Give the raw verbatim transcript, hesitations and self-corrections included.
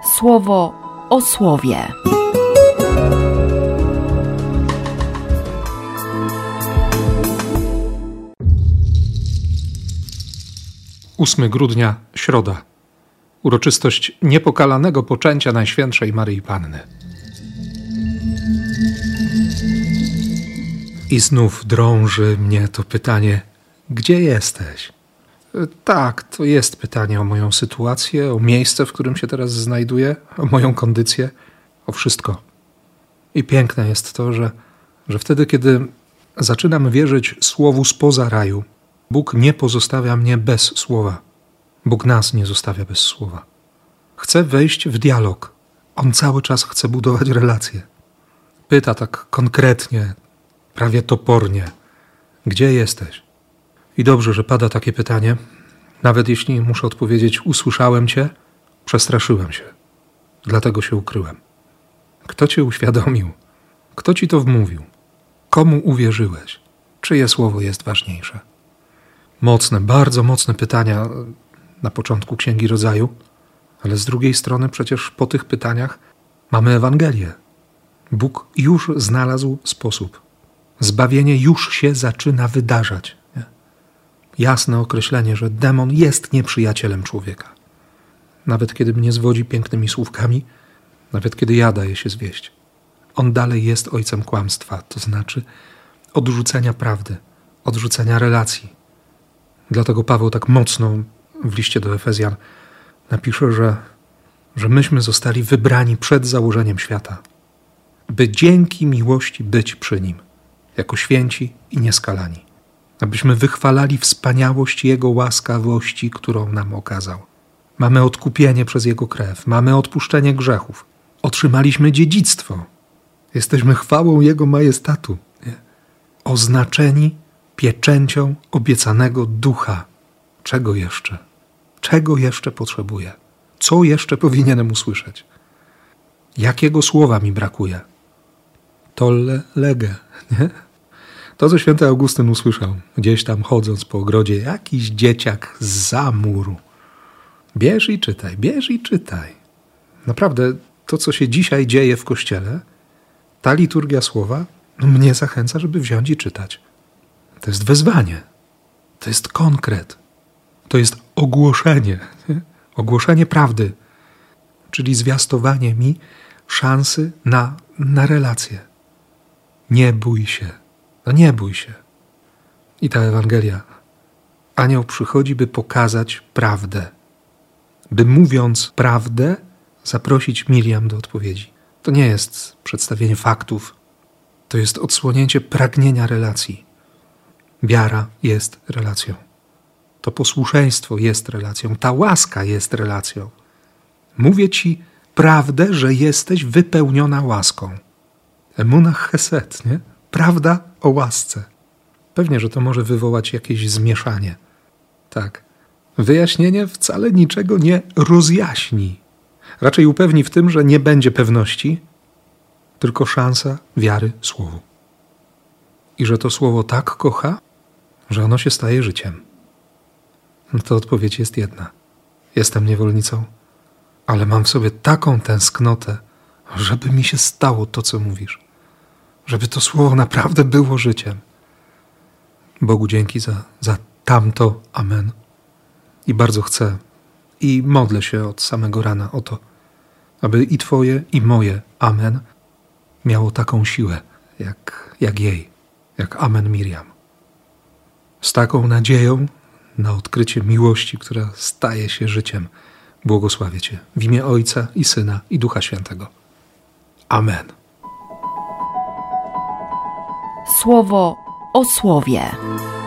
Słowo o słowie. ósmego grudnia, środa. Uroczystość niepokalanego poczęcia Najświętszej Maryi Panny. I znów drąży mnie to pytanie, gdzie jesteś? Tak, to jest pytanie o moją sytuację, o miejsce, w którym się teraz znajduję, o moją kondycję, o wszystko. I piękne jest to, że, że wtedy, kiedy zaczynam wierzyć słowu spoza raju, Bóg nie pozostawia mnie bez słowa. Bóg nas nie zostawia bez słowa. Chce wejść w dialog. On cały czas chce budować relacje. Pyta tak konkretnie, prawie topornie, gdzie jesteś? I dobrze, że pada takie pytanie, nawet jeśli muszę odpowiedzieć, usłyszałem cię, przestraszyłem się. Dlatego się ukryłem. Kto cię uświadomił? Kto ci to wmówił? Komu uwierzyłeś? Czyje słowo jest ważniejsze? Mocne, bardzo mocne pytania na początku Księgi Rodzaju, ale z drugiej strony przecież po tych pytaniach mamy Ewangelię. Bóg już znalazł sposób. Zbawienie już się zaczyna wydarzać. Nie? Jasne określenie, że demon jest nieprzyjacielem człowieka. Nawet kiedy mnie zwodzi pięknymi słówkami, nawet kiedy ja daję się zwieść. On dalej jest ojcem kłamstwa, to znaczy odrzucenia prawdy, odrzucenia relacji. Dlatego Paweł tak mocno w liście do Efezjan napisze, że, że myśmy zostali wybrani przed założeniem świata, by dzięki miłości być przy Nim, jako święci i nieskalani, abyśmy wychwalali wspaniałość Jego łaskawości, którą nam okazał. Mamy odkupienie przez Jego krew, mamy odpuszczenie grzechów, otrzymaliśmy dziedzictwo, jesteśmy chwałą Jego majestatu, nie? Oznaczeni pieczęcią obiecanego ducha. Czego jeszcze? Czego jeszcze potrzebuję? Co jeszcze powinienem usłyszeć? Jakiego słowa mi brakuje? Tolle lege, nie? To, co święty Augustyn usłyszał, gdzieś tam chodząc po ogrodzie, jakiś dzieciak zza muru. Bierz i czytaj, bierz i czytaj. Naprawdę, to, co się dzisiaj dzieje w Kościele, ta liturgia słowa, mnie zachęca, żeby wziąć i czytać. To jest wezwanie. To jest konkret. To jest ogłoszenie. Nie? Ogłoszenie prawdy. Czyli zwiastowanie mi szansy na, na relację. Nie bój się. No nie bój się. I ta Ewangelia. Anioł przychodzi, by pokazać prawdę. By mówiąc prawdę, zaprosić Miriam do odpowiedzi. To nie jest przedstawienie faktów. To jest odsłonięcie pragnienia relacji. Wiara jest relacją. To posłuszeństwo jest relacją. Ta łaska jest relacją. Mówię ci prawdę, że jesteś wypełniona łaską. Emunach chesed, nie? Prawda o łasce. Pewnie, że to może wywołać jakieś zmieszanie. Tak. Wyjaśnienie wcale niczego nie rozjaśni. Raczej upewni w tym, że nie będzie pewności, tylko szansa wiary słowu. I że to słowo tak kocha, że ono się staje życiem. No to odpowiedź jest jedna. Jestem niewolnicą, ale mam w sobie taką tęsknotę, żeby mi się stało to, co mówisz. Żeby to słowo naprawdę było życiem. Bogu dzięki za, za tamto. Amen. I bardzo chcę i modlę się od samego rana o to, aby i Twoje, i moje amen miało taką siłę, jak, jak jej, jak amen Miriam. Z taką nadzieją na odkrycie miłości, która staje się życiem, błogosławię Cię w imię Ojca i Syna i Ducha Świętego. Amen. Słowo o słowie.